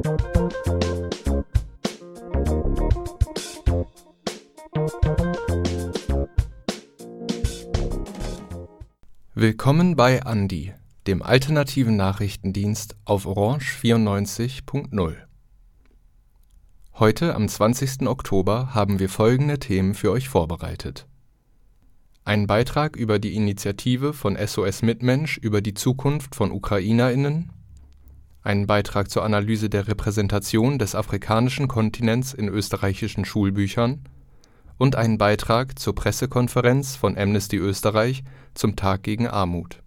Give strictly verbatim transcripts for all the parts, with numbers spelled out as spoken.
Willkommen bei Andi, dem alternativen Nachrichtendienst auf Orange vierundneunzig Punkt null. Heute, am zwanzigsten Oktober, haben wir folgende Themen für euch vorbereitet. Ein Beitrag über die Initiative von S O S Mitmensch über die Zukunft von UkrainerInnen, einen Beitrag zur Analyse der Repräsentation des afrikanischen Kontinents in österreichischen Schulbüchern und einen Beitrag zur Pressekonferenz von Amnesty Österreich zum Tag gegen Armut.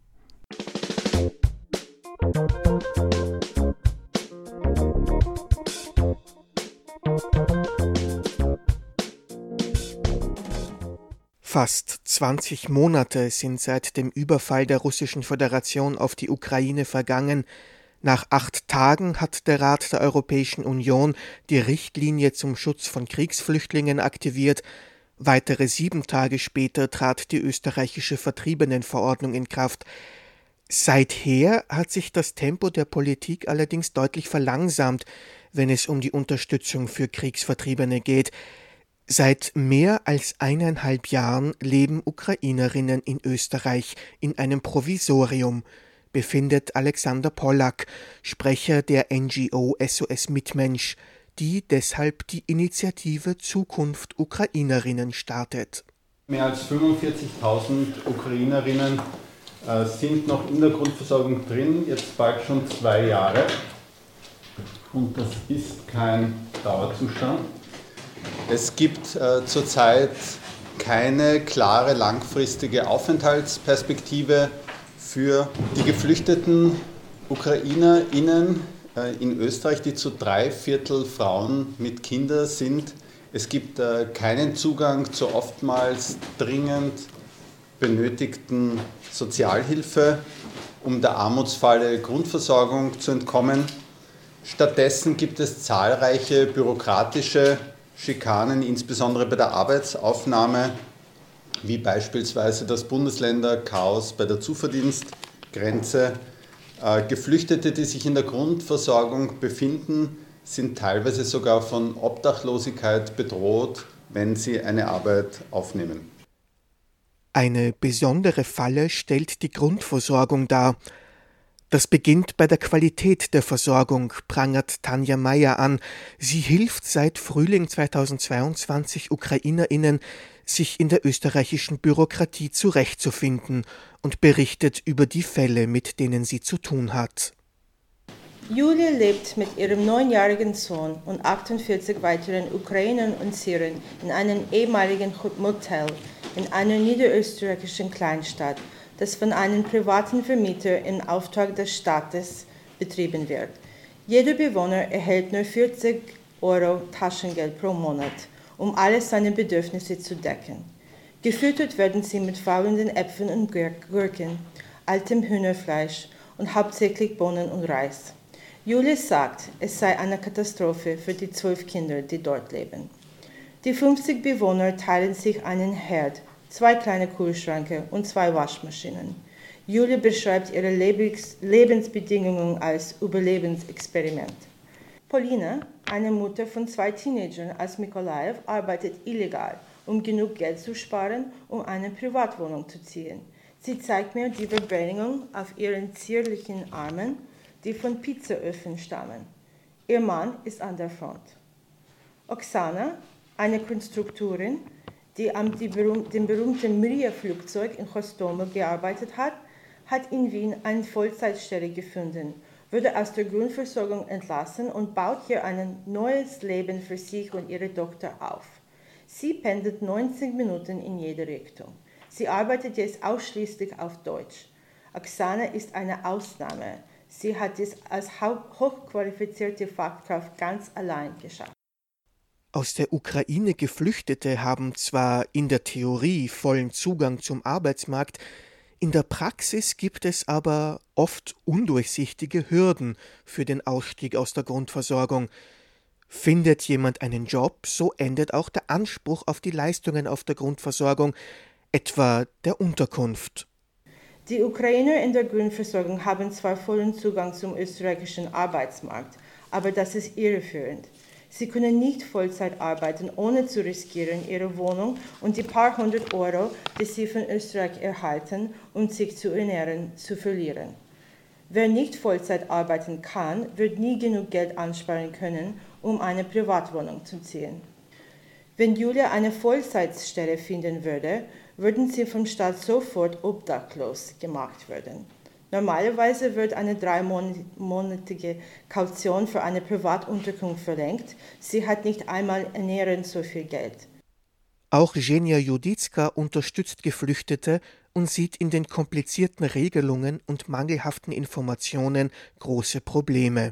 Fast zwanzig Monate sind seit dem Überfall der Russischen Föderation auf die Ukraine vergangen. Nach acht Tagen hat der Rat der Europäischen Union die Richtlinie zum Schutz von Kriegsflüchtlingen aktiviert. Weitere sieben Tage später trat die österreichische Vertriebenenverordnung in Kraft. Seither hat sich das Tempo der Politik allerdings deutlich verlangsamt, wenn es um die Unterstützung für Kriegsvertriebene geht. Seit mehr als eineinhalb Jahren leben Ukrainerinnen in Österreich in einem Provisorium, befindet Alexander Pollack, Sprecher der N G O S O S Mitmensch, die deshalb die Initiative Zukunft Ukrainerinnen startet. Mehr als fünfundvierzigtausend Ukrainerinnen äh, sind noch in der Grundversorgung drin, jetzt bald schon zwei Jahre. Und das ist kein Dauerzustand. Es gibt äh, zurzeit keine klare langfristige Aufenthaltsperspektive für die geflüchteten UkrainerInnen äh, in Österreich, die zu drei Viertel Frauen mit Kindern sind. Es gibt äh, keinen Zugang zur oftmals dringend benötigten Sozialhilfe, um der Armutsfalle Grundversorgung zu entkommen. Stattdessen gibt es zahlreiche bürokratische Schikanen, insbesondere bei der Arbeitsaufnahme, wie beispielsweise das Bundesländerchaos bei der Zuverdienstgrenze. Äh, Geflüchtete, die sich in der Grundversorgung befinden, sind teilweise sogar von Obdachlosigkeit bedroht, wenn sie eine Arbeit aufnehmen. Eine besondere Falle stellt die Grundversorgung dar. Das beginnt bei der Qualität der Versorgung, prangert Tanja Meyer an. Sie hilft seit Frühling zweitausendzweiundzwanzig UkrainerInnen, sich in der österreichischen Bürokratie zurechtzufinden und berichtet über die Fälle, mit denen sie zu tun hat. Julia lebt mit ihrem neunjährigen Sohn und achtundvierzig weiteren Ukrainern und Syrern in einem ehemaligen Motel in einer niederösterreichischen Kleinstadt, das von einem privaten Vermieter im Auftrag des Staates betrieben wird. Jeder Bewohner erhält nur vierzig Euro Taschengeld pro Monat, um alle seine Bedürfnisse zu decken. Gefüttert werden sie mit faulenden Äpfeln und Gurken, altem Hühnerfleisch und hauptsächlich Bohnen und Reis. Julia sagt, es sei eine Katastrophe für die zwölf Kinder, die dort leben. Die fünfzig Bewohner teilen sich einen Herd, zwei kleine Kühlschränke und zwei Waschmaschinen. Julia beschreibt ihre Lebens- Lebensbedingungen als Überlebensexperiment. Polina, eine Mutter von zwei Teenagern aus Mykolaiv, arbeitet illegal, um genug Geld zu sparen, um eine Privatwohnung zu ziehen. Sie zeigt mir die Verbrennungen auf ihren zierlichen Armen, die von Pizzaöfen stammen. Ihr Mann ist an der Front. Oksana, eine Konstruktorin, die am die berühm- dem berühmten Mriya-Flugzeug in Hostomel gearbeitet hat, hat in Wien eine Vollzeitstelle gefunden, wurde aus der Grundversorgung entlassen und baut hier ein neues Leben für sich und ihre Tochter auf. Sie pendelt neunzig Minuten in jede Richtung. Sie arbeitet jetzt ausschließlich auf Deutsch. Oksana ist eine Ausnahme. Sie hat es als hochqualifizierte Fachkraft ganz allein geschafft. Aus der Ukraine Geflüchtete haben zwar in der Theorie vollen Zugang zum Arbeitsmarkt, in der Praxis gibt es aber oft undurchsichtige Hürden für den Ausstieg aus der Grundversorgung. Findet jemand einen Job, so endet auch der Anspruch auf die Leistungen auf der Grundversorgung, etwa der Unterkunft. Die Ukrainer in der Grundversorgung haben zwar vollen Zugang zum österreichischen Arbeitsmarkt, aber das ist irreführend. Sie können nicht Vollzeit arbeiten, ohne zu riskieren, ihre Wohnung und die paar hundert Euro, die sie von Österreich erhalten, um sich zu ernähren, zu verlieren. Wer nicht Vollzeit arbeiten kann, wird nie genug Geld ansparen können, um eine Privatwohnung zu ziehen. Wenn Julia eine Vollzeitstelle finden würde, würden sie vom Staat sofort obdachlos gemacht werden. Normalerweise wird eine dreimonatige Kaution für eine Privatunterkunft verlängert. Sie hat nicht einmal annähernd so viel Geld. Auch Zhenya Judicka unterstützt Geflüchtete und sieht in den komplizierten Regelungen und mangelhaften Informationen große Probleme.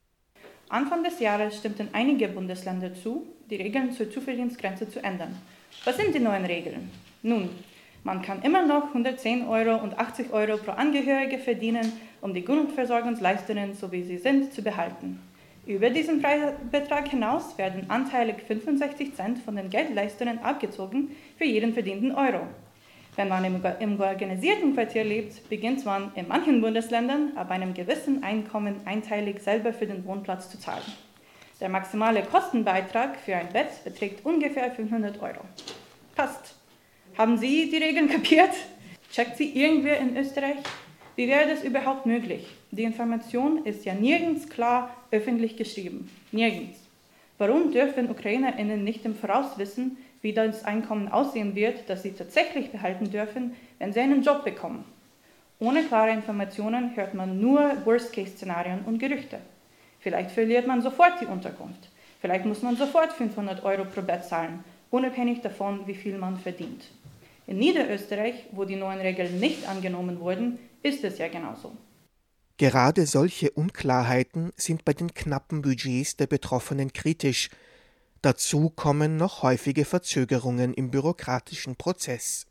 Anfang des Jahres stimmten einige Bundesländer zu, die Regeln zur Zuverdienstgrenze zu ändern. Was sind die neuen Regeln? Nun, man kann immer noch hundertzehn Euro und achtzig Euro pro Angehörige verdienen, um die Grundversorgungsleistungen, so wie sie sind, zu behalten. Über diesen Freibetrag hinaus werden anteilig fünfundsechzig Cent von den Geldleistungen abgezogen für jeden verdienten Euro. Wenn man im, im organisierten Quartier lebt, beginnt man in manchen Bundesländern ab einem gewissen Einkommen einteilig selber für den Wohnplatz zu zahlen. Der maximale Kostenbeitrag für ein Bett beträgt ungefähr fünfhundert Euro. Passt. Haben Sie die Regeln kapiert? Checkt sie irgendwer in Österreich? Wie wäre das überhaupt möglich? Die Information ist ja nirgends klar öffentlich geschrieben. Nirgends. Warum dürfen UkrainerInnen nicht im Voraus wissen, wie das Einkommen aussehen wird, das sie tatsächlich behalten dürfen, wenn sie einen Job bekommen? Ohne klare Informationen hört man nur Worst-Case-Szenarien und Gerüchte. Vielleicht verliert man sofort die Unterkunft. Vielleicht muss man sofort fünfhundert Euro pro Bett zahlen, unabhängig davon, wie viel man verdient. In Niederösterreich, wo die neuen Regeln nicht angenommen wurden, ist es ja genauso. Gerade solche Unklarheiten sind bei den knappen Budgets der Betroffenen kritisch. Dazu kommen noch häufige Verzögerungen im bürokratischen Prozess.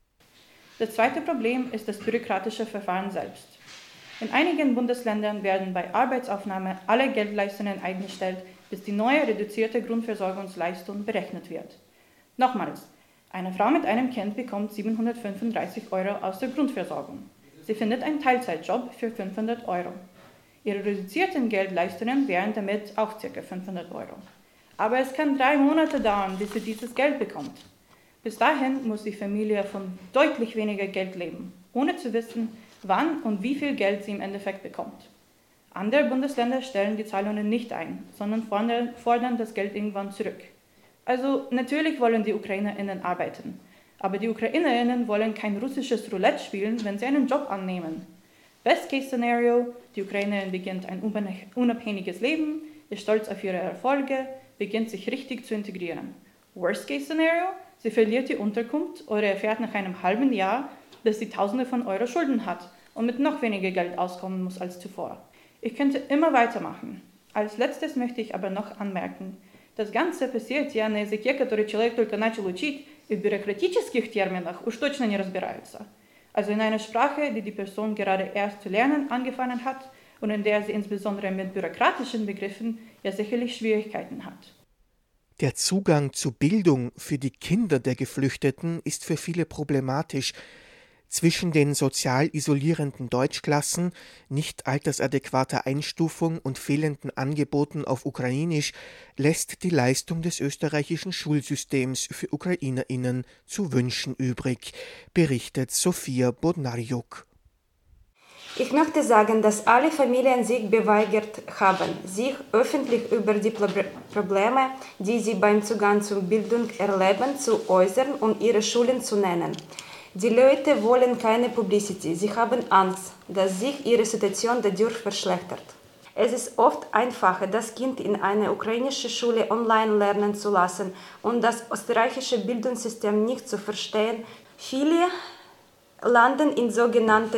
Das zweite Problem ist das bürokratische Verfahren selbst. In einigen Bundesländern werden bei Arbeitsaufnahme alle Geldleistungen eingestellt, bis die neue reduzierte Grundversorgungsleistung berechnet wird. Nochmals, eine Frau mit einem Kind bekommt siebenhundertfünfunddreißig Euro aus der Grundversorgung. Sie findet einen Teilzeitjob für fünfhundert Euro. Ihre reduzierten Geldleistungen wären damit auch ca. fünfhundert Euro. Aber es kann drei Monate dauern, bis sie dieses Geld bekommt. Bis dahin muss die Familie von deutlich weniger Geld leben, ohne zu wissen, wann und wie viel Geld sie im Endeffekt bekommt. Andere Bundesländer stellen die Zahlungen nicht ein, sondern fordern das Geld irgendwann zurück. Also natürlich wollen die UkrainerInnen arbeiten, aber die UkrainerInnen wollen kein russisches Roulette spielen, wenn sie einen Job annehmen. Best-Case-Szenario, die Ukrainerin beginnt ein unabhängiges Leben, ist stolz auf ihre Erfolge, beginnt sich richtig zu integrieren. Worst-Case-Szenario, sie verliert die Unterkunft oder erfährt nach einem halben Jahr, dass sie Tausende von Euro Schulden hat und mit noch weniger Geld auskommen muss als zuvor. Ich könnte immer weitermachen. Als letztes möchte ich aber noch anmerken, das Ganze passiert ja на языке, который человек только начал учить, и в бюрократических терминах уж точно не разбирается. Also in einer Sprache, die die Person gerade erst zu lernen angefangen hat und in der sie insbesondere mit bürokratischen Begriffen ja sicherlich Schwierigkeiten hat. Der Zugang zu Bildung für die Kinder der Geflüchteten ist für viele problematisch. Zwischen den sozial isolierenden Deutschklassen, nicht altersadäquater Einstufung und fehlenden Angeboten auf Ukrainisch lässt die Leistung des österreichischen Schulsystems für UkrainerInnen zu wünschen übrig, berichtet Sophia Bodnarjuk. Ich möchte sagen, dass alle Familien sich geweigert haben, sich öffentlich über die Probleme, die sie beim Zugang zur Bildung erleben, zu äußern und ihre Schulen zu nennen. Die Leute wollen keine Publicity. Sie haben Angst, dass sich ihre Situation dadurch verschlechtert. Es ist oft einfacher, das Kind in eine ukrainische Schule online lernen zu lassen und das österreichische Bildungssystem nicht zu verstehen. Viele landen in sogenannte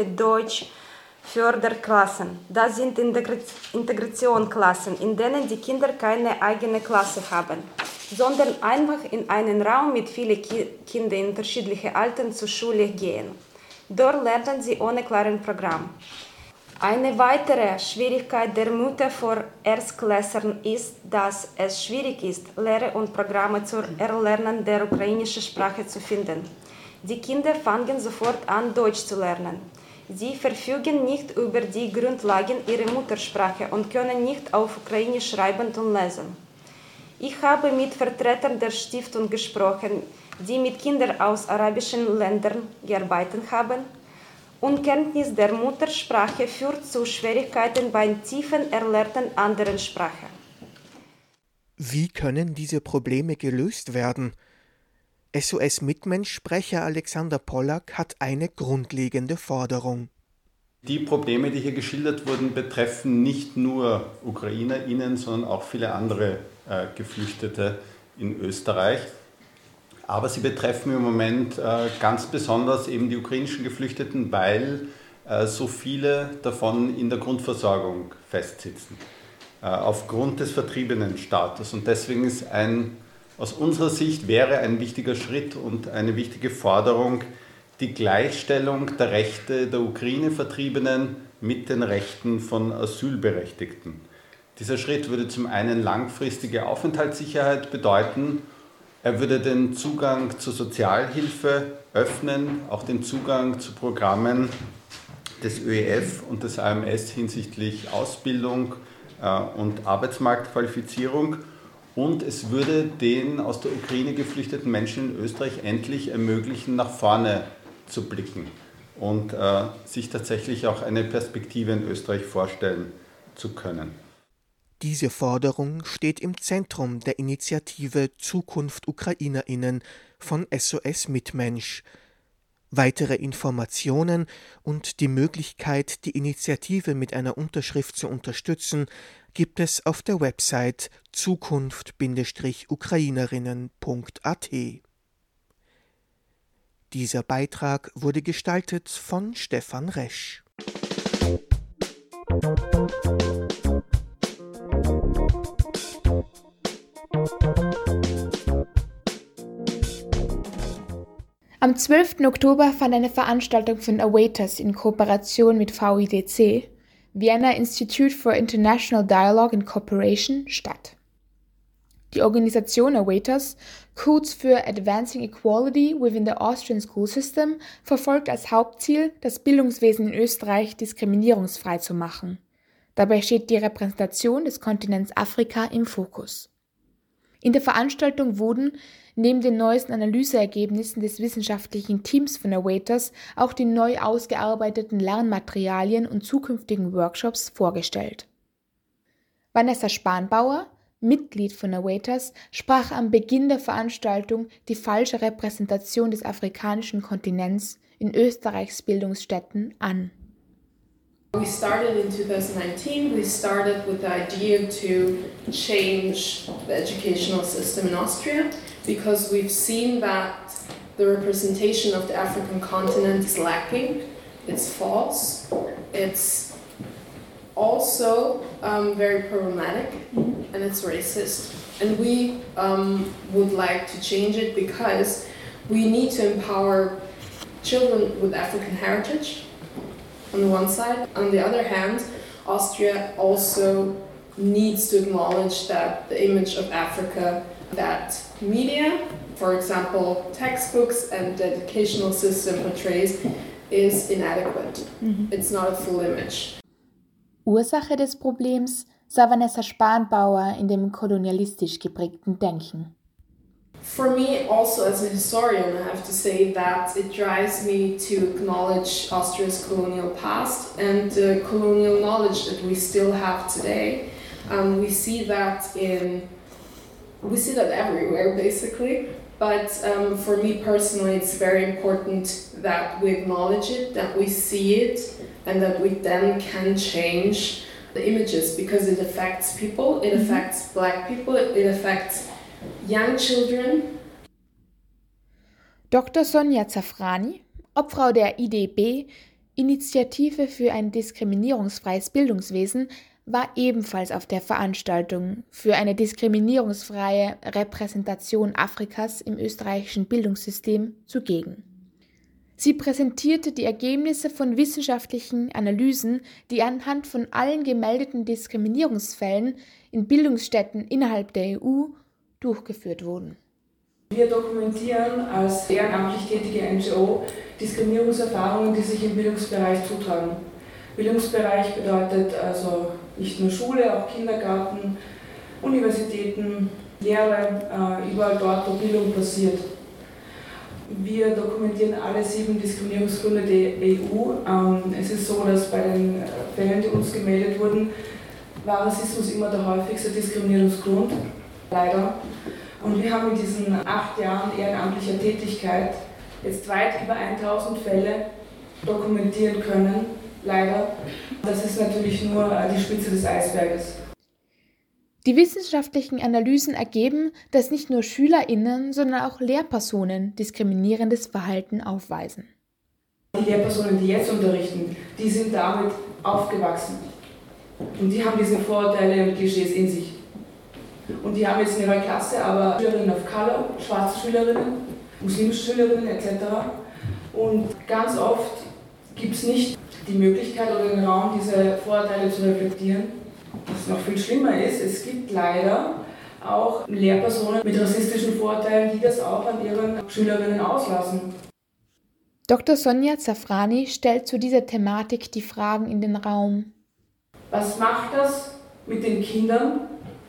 Deutsch-Förderklassen. Das sind Integrationsklassen, in denen die Kinder keine eigene Klasse haben, sondern einfach in einen Raum mit vielen Ki- Kindern in unterschiedlichen Altern zur Schule gehen. Dort lernen sie ohne klaren Programm. Eine weitere Schwierigkeit der Mütter vor Erstklässlern ist, dass es schwierig ist, Lehre und Programme zum Erlernen der ukrainischen Sprache zu finden. Die Kinder fangen sofort an, Deutsch zu lernen. Sie verfügen nicht über die Grundlagen ihrer Muttersprache und können nicht auf Ukrainisch schreiben und lesen. Ich habe mit Vertretern der Stiftung gesprochen, die mit Kindern aus arabischen Ländern gearbeitet haben. Unkenntnis der Muttersprache führt zu Schwierigkeiten beim tiefen Erlernen anderen Sprache. Wie können diese Probleme gelöst werden? S O S-Mitmensch-Sprecher Alexander Pollack hat eine grundlegende Forderung. Die Probleme, die hier geschildert wurden, betreffen nicht nur UkrainerInnen, sondern auch viele andere äh, Geflüchtete in Österreich. Aber sie betreffen im Moment äh, ganz besonders eben die ukrainischen Geflüchteten, weil äh, so viele davon in der Grundversorgung festsitzen, äh, aufgrund des Vertriebenenstatus. Und deswegen ist ein, aus unserer Sicht wäre ein wichtiger Schritt und eine wichtige Forderung, die Gleichstellung der Rechte der Ukraine-Vertriebenen mit den Rechten von Asylberechtigten. Dieser Schritt würde zum einen langfristige Aufenthaltssicherheit bedeuten. Er würde den Zugang zur Sozialhilfe öffnen, auch den Zugang zu Programmen des Ö E F und des A M S hinsichtlich Ausbildung äh, und Arbeitsmarktqualifizierung. Und es würde den aus der Ukraine geflüchteten Menschen in Österreich endlich ermöglichen, nach vorne zu blicken und äh, sich tatsächlich auch eine Perspektive in Österreich vorstellen zu können. Diese Forderung steht im Zentrum der Initiative Zukunft UkrainerInnen von S O S-Mitmensch. Weitere Informationen und die Möglichkeit, die Initiative mit einer Unterschrift zu unterstützen, gibt es auf der Website zukunft ukrainerinnen punkt a t. Dieser Beitrag wurde gestaltet von Stefan Resch. Am zwölften Oktober fand eine Veranstaltung von Awaiters in Kooperation mit V I D C, Vienna Institute for International Dialogue and Cooperation, statt. Die Organisation Awaiters, kurz für Advancing Equality within the Austrian School System, verfolgt als Hauptziel, das Bildungswesen in Österreich diskriminierungsfrei zu machen. Dabei steht die Repräsentation des Kontinents Afrika im Fokus. In der Veranstaltung wurden neben den neuesten Analyseergebnissen des wissenschaftlichen Teams von Awaiters auch die neu ausgearbeiteten Lernmaterialien und zukünftigen Workshops vorgestellt. Vanessa Spanbauer, Mitglied von Awaiters, sprach am Beginn der Veranstaltung die falsche Repräsentation des afrikanischen Kontinents in Österreichs Bildungsstätten an. We started in two thousand nineteen, we started with the idea to change the educational system in Austria because we've seen that the representation of the African continent is lacking, it's false, it's also um, very problematic and it's racist. And we um, would like to change it because we need to empower children with African heritage on the one side. On the other hand, Austria also needs to acknowledge that the image of Africa, that media, for example, textbooks and the educational system portrays, is inadequate. Mhm. It's not a full image. Ursache des Problems sah Vanessa Spanbauer in dem kolonialistisch geprägten Denken. For me, also as a historian, I have to say that it drives me to acknowledge Austria's colonial past and the colonial knowledge that we still have today. Um, we see that in, we see that everywhere, basically. But um, for me personally, it's very important that we acknowledge it, that we see it, and that we then can change the images because it affects people, it affects Black people, it affects young children. Doktor Sonja Zafrani, Obfrau der I D B, Initiative für ein diskriminierungsfreies Bildungswesen, war ebenfalls auf der Veranstaltung für eine diskriminierungsfreie Repräsentation Afrikas im österreichischen Bildungssystem zugegen. Sie präsentierte die Ergebnisse von wissenschaftlichen Analysen, die anhand von allen gemeldeten Diskriminierungsfällen in Bildungsstätten innerhalb der E U durchgeführt wurden. Wir dokumentieren als ehrenamtlich tätige N G O Diskriminierungserfahrungen, die sich im Bildungsbereich zutragen. Bildungsbereich bedeutet also nicht nur Schule, auch Kindergarten, Universitäten, Lehre, überall dort, wo Bildung passiert. Wir dokumentieren alle sieben Diskriminierungsgründe der E U. Es ist so, dass bei den Fällen, die uns gemeldet wurden, war Rassismus immer der häufigste Diskriminierungsgrund, leider. Und wir haben in diesen acht Jahren ehrenamtlicher Tätigkeit jetzt weit über tausend Fälle dokumentieren können, leider. Das ist natürlich nur die Spitze des Eisberges. Die wissenschaftlichen Analysen ergeben, dass nicht nur SchülerInnen, sondern auch Lehrpersonen diskriminierendes Verhalten aufweisen. Die Lehrpersonen, die jetzt unterrichten, die sind damit aufgewachsen. Und die haben diese Vorurteile und Klischees in sich. Und die haben jetzt in ihrer Klasse aber Schülerinnen of Color, schwarze Schülerinnen, muslimische Schülerinnen et cetera. Und ganz oft gibt es nicht die Möglichkeit oder den Raum, diese Vorurteile zu reflektieren. Was noch viel schlimmer ist, es gibt leider auch Lehrpersonen mit rassistischen Vorurteilen, die das auch an ihren Schülerinnen auslassen. Doktor Sonja Zafrani stellt zu dieser Thematik die Fragen in den Raum. Was macht das mit den Kindern,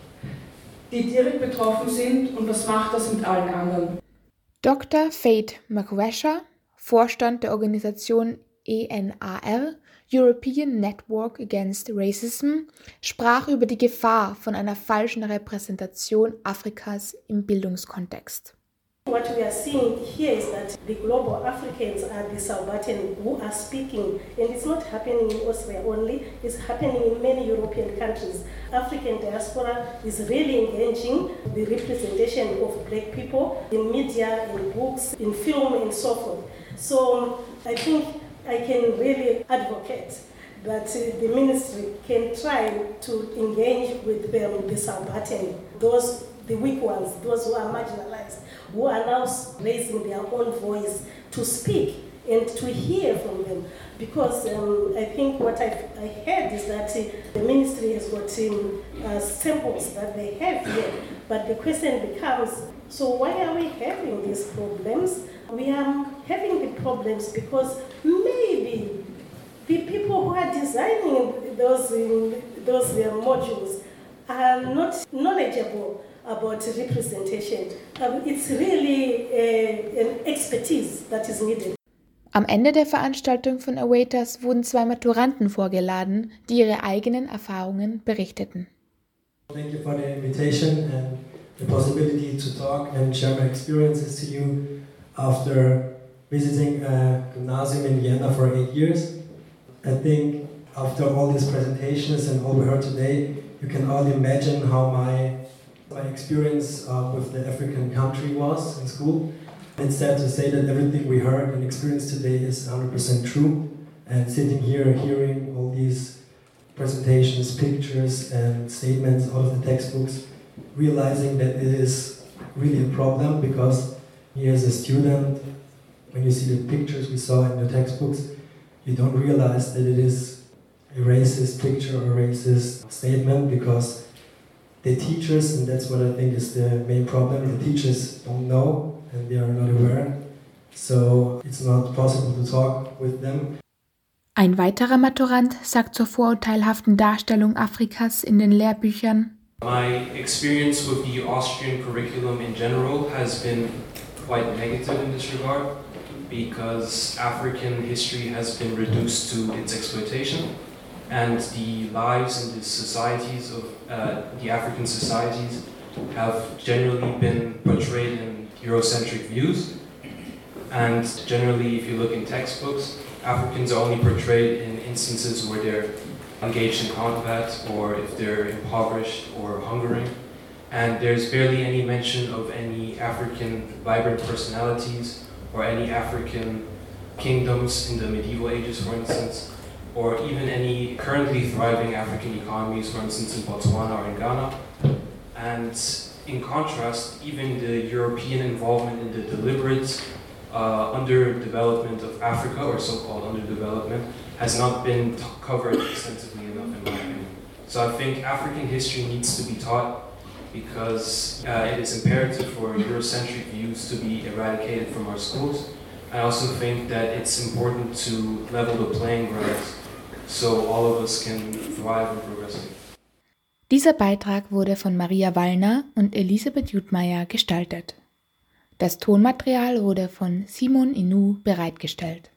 die direkt betroffen sind, und was macht das mit allen anderen? Doktor Faith McWasher, Vorstand der Organisation E N A R, European Network Against Racism, sprach über die Gefahr von einer falschen Repräsentation Afrikas im Bildungskontext. What we are seeing here is that the global Africans are the Salvatin who are speaking, and it's not happening in Austria only, it's happening in many European countries. African diaspora is really engaging the representation of black people in media, in books, in film, and so forth. So I think I can really advocate that uh, the ministry can try to engage with them, the Salvatin, those, the weak ones, those who are marginalized, who are now raising their own voice to speak and to hear from them. Because um, I think what I've, I heard is that uh, the ministry has got um, uh, samples that they have here, but the question becomes, so why are we having these problems? We are having the problems because maybe the people who are designing those, um, those uh, modules are not knowledgeable about representation. Um, it's really uh, an expertise that is needed. Am Ende der Veranstaltung von Awaitas wurden zwei Maturanten vorgeladen, die ihre eigenen Erfahrungen berichteten. Thank you for the invitation and the possibility to talk and share my experiences to you after visiting a gymnasium in Vienna for eight years. I think after all these presentations and all we heard today, you can all imagine how my my experience uh, with the African country was in school. It's sad to say that everything we heard and experienced today is one hundred percent true. And sitting here, hearing all these presentations, pictures and statements out of the textbooks, realizing that it is really a problem, because me as a student, when you see the pictures we saw in the textbooks, you don't realize that it is a racist picture or a racist statement, because the teachers, and that's what I think is the main problem, the teachers don't know and they are not aware, so it's not possible to talk with them. Ein weiterer Maturant sagt zur vorurteilhaften Darstellung Afrikas in den Lehrbüchern: My experience with the Austrian curriculum in general has been quite negative in this regard, because African history has been reduced to its exploitation, and the lives in the societies of uh, the African societies have generally been portrayed in Eurocentric views. And generally, if you look in textbooks, Africans are only portrayed in instances where they're engaged in combat, or if they're impoverished or hungering. And there's barely any mention of any African vibrant personalities or any African kingdoms in the medieval ages, for instance, or even any currently thriving African economies, for instance in Botswana or in Ghana. And in contrast, even the European involvement in the deliberate uh, underdevelopment of Africa, or so-called underdevelopment, has not been covered extensively enough in my opinion. So I think African history needs to be taught because uh, it is imperative for Eurocentric views to be eradicated from our schools. I also think that it's important to level the playing ground so all of us can thrive and progress. Dieser Beitrag wurde von Maria Wallner und Elisabeth Jutmeier gestaltet. Das Tonmaterial wurde von Simon Inu bereitgestellt.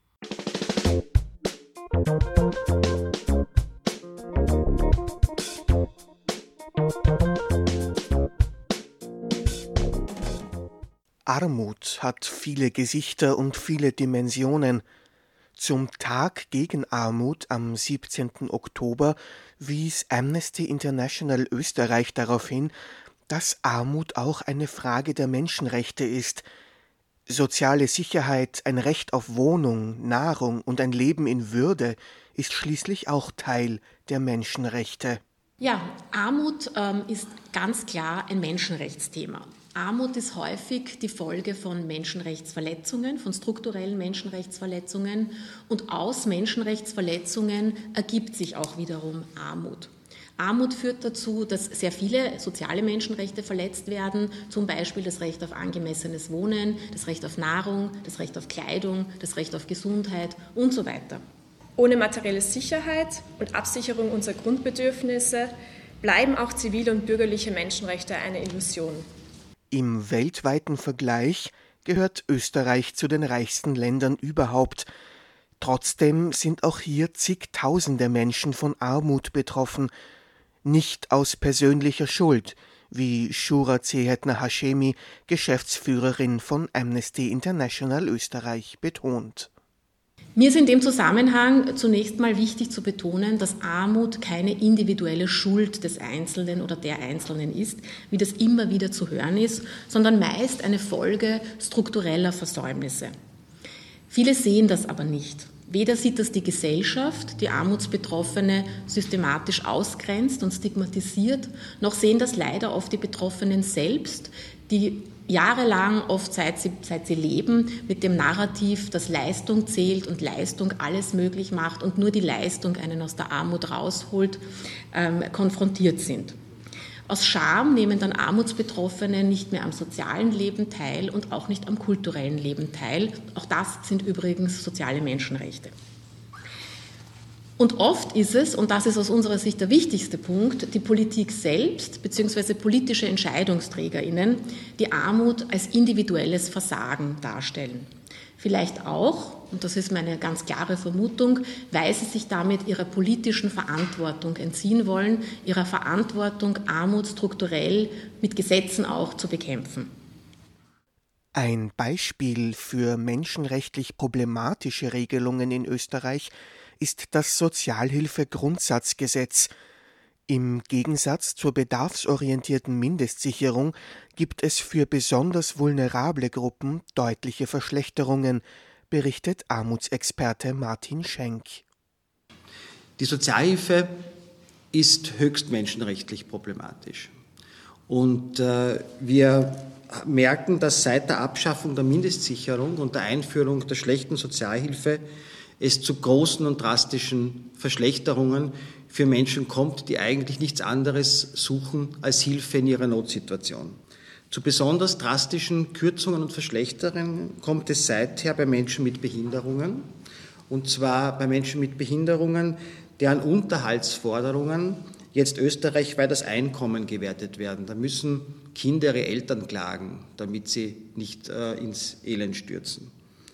Armut hat viele Gesichter und viele Dimensionen. Zum Tag gegen Armut am siebzehnten Oktober wies Amnesty International Österreich darauf hin, dass Armut auch eine Frage der Menschenrechte ist. Soziale Sicherheit, ein Recht auf Wohnung, Nahrung und ein Leben in Würde ist schließlich auch Teil der Menschenrechte. Ja, Armut ähm, ist ganz klar ein Menschenrechtsthema. Armut ist häufig die Folge von Menschenrechtsverletzungen, von strukturellen Menschenrechtsverletzungen, und aus Menschenrechtsverletzungen ergibt sich auch wiederum Armut. Armut führt dazu, dass sehr viele soziale Menschenrechte verletzt werden, zum Beispiel das Recht auf angemessenes Wohnen, das Recht auf Nahrung, das Recht auf Kleidung, das Recht auf Gesundheit und so weiter. Ohne materielle Sicherheit und Absicherung unserer Grundbedürfnisse bleiben auch zivile und bürgerliche Menschenrechte eine Illusion. Im weltweiten Vergleich gehört Österreich zu den reichsten Ländern überhaupt. Trotzdem sind auch hier zigtausende Menschen von Armut betroffen. Nicht aus persönlicher Schuld, wie Shura Zehetner Hashemi, Geschäftsführerin von Amnesty International Österreich, betont. Mir ist in dem Zusammenhang zunächst mal wichtig zu betonen, dass Armut keine individuelle Schuld des Einzelnen oder der Einzelnen ist, wie das immer wieder zu hören ist, sondern meist eine Folge struktureller Versäumnisse. Viele sehen das aber nicht. Weder sieht das die Gesellschaft, die Armutsbetroffene systematisch ausgrenzt und stigmatisiert, noch sehen das leider oft die Betroffenen selbst, die jahrelang, oft seit sie, seit sie leben, mit dem Narrativ, dass Leistung zählt und Leistung alles möglich macht und nur die Leistung einen aus der Armut rausholt, ähm, konfrontiert sind. Aus Scham nehmen dann Armutsbetroffene nicht mehr am sozialen Leben teil und auch nicht am kulturellen Leben teil. Auch das sind übrigens soziale Menschenrechte. Und oft ist es, und das ist aus unserer Sicht der wichtigste Punkt, die Politik selbst bzw. politische EntscheidungsträgerInnen, die Armut als individuelles Versagen darstellen. Vielleicht auch, und das ist meine ganz klare Vermutung, weil sie sich damit ihrer politischen Verantwortung entziehen wollen, ihrer Verantwortung, Armut strukturell mit Gesetzen auch zu bekämpfen. Ein Beispiel für menschenrechtlich problematische Regelungen in Österreich ist das Sozialhilfegrundsatzgesetz. Im Gegensatz zur bedarfsorientierten Mindestsicherung gibt es für besonders vulnerable Gruppen deutliche Verschlechterungen, berichtet Armutsexperte Martin Schenk. Die Sozialhilfe ist höchst menschenrechtlich problematisch. Und äh, wir merken, dass seit der Abschaffung der Mindestsicherung und der Einführung der schlechten Sozialhilfe es zu großen und drastischen Verschlechterungen für Menschen kommt, die eigentlich nichts anderes suchen als Hilfe in ihrer Notsituation. Zu besonders drastischen Kürzungen und Verschlechterungen kommt es seither bei Menschen mit Behinderungen, und zwar bei Menschen mit Behinderungen, deren Unterhaltsforderungen jetzt österreichweit als Einkommen gewertet werden. Da müssen Kinder ihre Eltern klagen, damit sie nicht äh, ins Elend stürzen.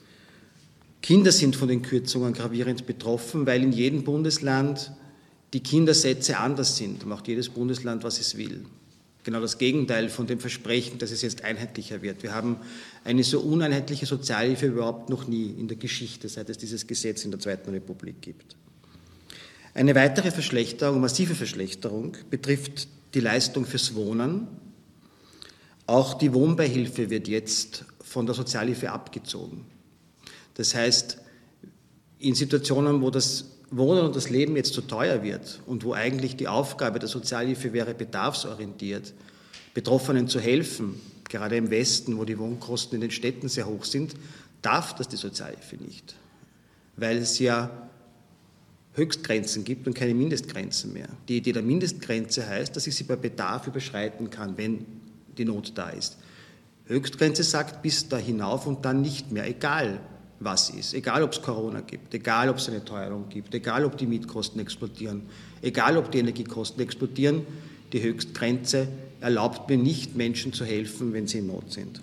Kinder sind von den Kürzungen gravierend betroffen, weil in jedem Bundesland die Kindersätze anders sind. Da macht jedes Bundesland, was es will. Genau das Gegenteil von dem Versprechen, dass es jetzt einheitlicher wird. Wir haben eine so uneinheitliche Sozialhilfe überhaupt noch nie in der Geschichte, seit es dieses Gesetz in der Zweiten Republik gibt. Eine weitere Verschlechterung, massive Verschlechterung, betrifft die Leistung fürs Wohnen. Auch die Wohnbeihilfe wird jetzt von der Sozialhilfe abgezogen. Das heißt, in Situationen, wo das Wohnen und das Leben jetzt zu teuer wird und wo eigentlich die Aufgabe der Sozialhilfe wäre, bedarfsorientiert, Betroffenen zu helfen, gerade im Westen, wo die Wohnkosten in den Städten sehr hoch sind, darf das die Sozialhilfe nicht, weil es ja Höchstgrenzen gibt und keine Mindestgrenzen mehr. Die Idee der Mindestgrenze heißt, dass ich sie bei Bedarf überschreiten kann, wenn die Not da ist. Höchstgrenze sagt bis da hinauf und dann nicht mehr, egal was ist, egal ob es Corona gibt, egal ob es eine Teuerung gibt, egal ob die Mietkosten explodieren, egal ob die Energiekosten explodieren, die Höchstgrenze erlaubt mir nicht, Menschen zu helfen, wenn sie in Not sind.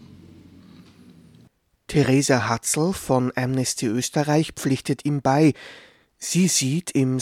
Theresa Hatzel von Amnesty Österreich pflichtet ihm bei. Sie sieht im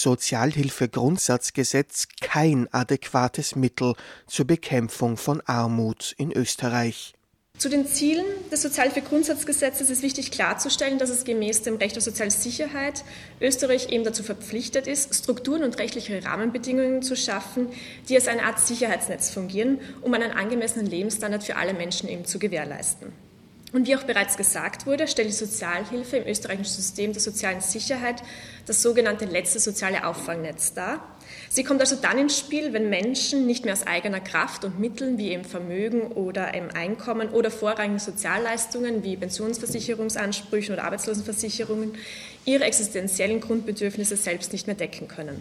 Sozialhilfegrundsatzgesetz kein adäquates Mittel zur Bekämpfung von Armut in Österreich. Zu den Zielen des Sozialhilfegrundsatzgesetzes ist wichtig klarzustellen, dass es gemäß dem Recht auf soziale Sicherheit Österreich eben dazu verpflichtet ist, Strukturen und rechtliche Rahmenbedingungen zu schaffen, die als eine Art Sicherheitsnetz fungieren, um einen angemessenen Lebensstandard für alle Menschen eben zu gewährleisten. Und wie auch bereits gesagt wurde, stellt die Sozialhilfe im österreichischen System der sozialen Sicherheit das sogenannte letzte soziale Auffangnetz dar. Sie kommt also dann ins Spiel, wenn Menschen nicht mehr aus eigener Kraft und Mitteln wie eben Vermögen oder eben Einkommen oder vorrangige Sozialleistungen wie Pensionsversicherungsansprüchen oder Arbeitslosenversicherungen ihre existenziellen Grundbedürfnisse selbst nicht mehr decken können.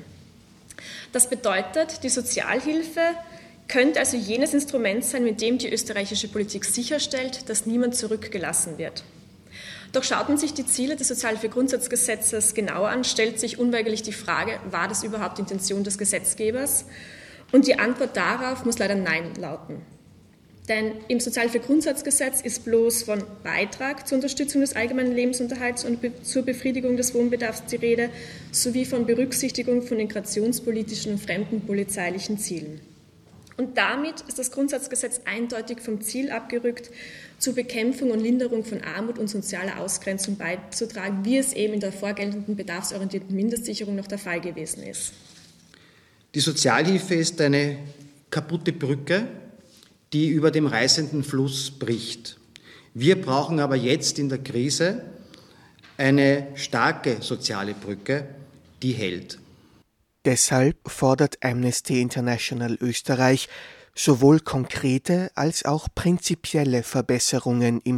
Das bedeutet, die Sozialhilfe könnte also jenes Instrument sein, mit dem die österreichische Politik sicherstellt, dass niemand zurückgelassen wird. Doch schaut man sich die Ziele des Sozialhilfegrundsatzgesetzes genauer an, stellt sich unweigerlich die Frage, war das überhaupt die Intention des Gesetzgebers? Und die Antwort darauf muss leider Nein lauten. Denn im Sozialhilfegrundsatzgesetz ist bloß von Beitrag zur Unterstützung des allgemeinen Lebensunterhalts und zur Befriedigung des Wohnbedarfs die Rede, sowie von Berücksichtigung von migrationspolitischen und fremdenpolizeilichen Zielen. Und damit ist das Grundsatzgesetz eindeutig vom Ziel abgerückt, zur Bekämpfung und Linderung von Armut und sozialer Ausgrenzung beizutragen, wie es eben in der vorgeltenden bedarfsorientierten Mindestsicherung noch der Fall gewesen ist. Die Sozialhilfe ist eine kaputte Brücke, die über dem reißenden Fluss bricht. Wir brauchen aber jetzt in der Krise eine starke soziale Brücke, die hält. Deshalb fordert Amnesty International Österreich sowohl konkrete als auch prinzipielle Verbesserungen im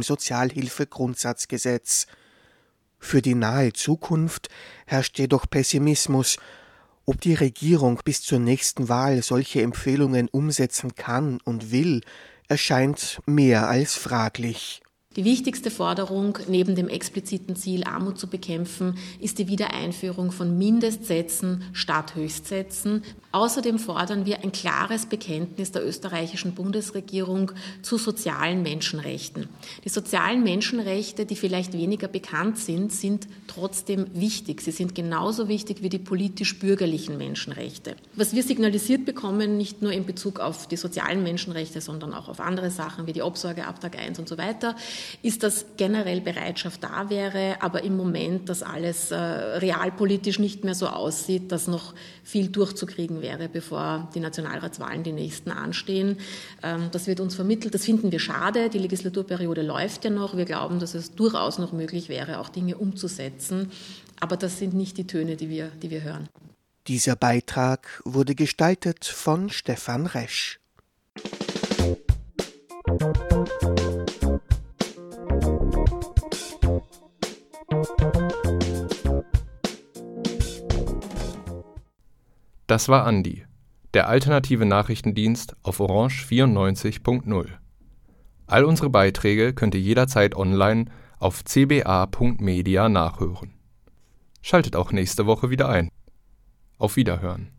Sozialhilfegrundsatzgesetz. Für die nahe Zukunft herrscht jedoch Pessimismus. Ob die Regierung bis zur nächsten Wahl solche Empfehlungen umsetzen kann und will, erscheint mehr als fraglich. Die wichtigste Forderung neben dem expliziten Ziel, Armut zu bekämpfen, ist die Wiedereinführung von Mindestsätzen statt Höchstsätzen. Außerdem fordern wir ein klares Bekenntnis der österreichischen Bundesregierung zu sozialen Menschenrechten. Die sozialen Menschenrechte, die vielleicht weniger bekannt sind, sind trotzdem wichtig. Sie sind genauso wichtig wie die politisch-bürgerlichen Menschenrechte. Was wir signalisiert bekommen, nicht nur in Bezug auf die sozialen Menschenrechte, sondern auch auf andere Sachen wie die Obsorge ab Tag eins und so weiter, ist, dass generell Bereitschaft da wäre, aber im Moment, dass alles äh, realpolitisch nicht mehr so aussieht, dass noch viel durchzukriegen wäre, bevor die Nationalratswahlen die nächsten anstehen. Ähm, das wird uns vermittelt, das finden wir schade. Die Legislaturperiode läuft ja noch. Wir glauben, dass es durchaus noch möglich wäre, auch Dinge umzusetzen. Aber das sind nicht die Töne, die wir, die wir hören. Dieser Beitrag wurde gestaltet von Stefan Resch. Das war Andi, der alternative Nachrichtendienst auf Orange vierundneunzig Punkt null. All unsere Beiträge könnt ihr jederzeit online auf c b a punkt media nachhören. Schaltet auch nächste Woche wieder ein. Auf Wiederhören.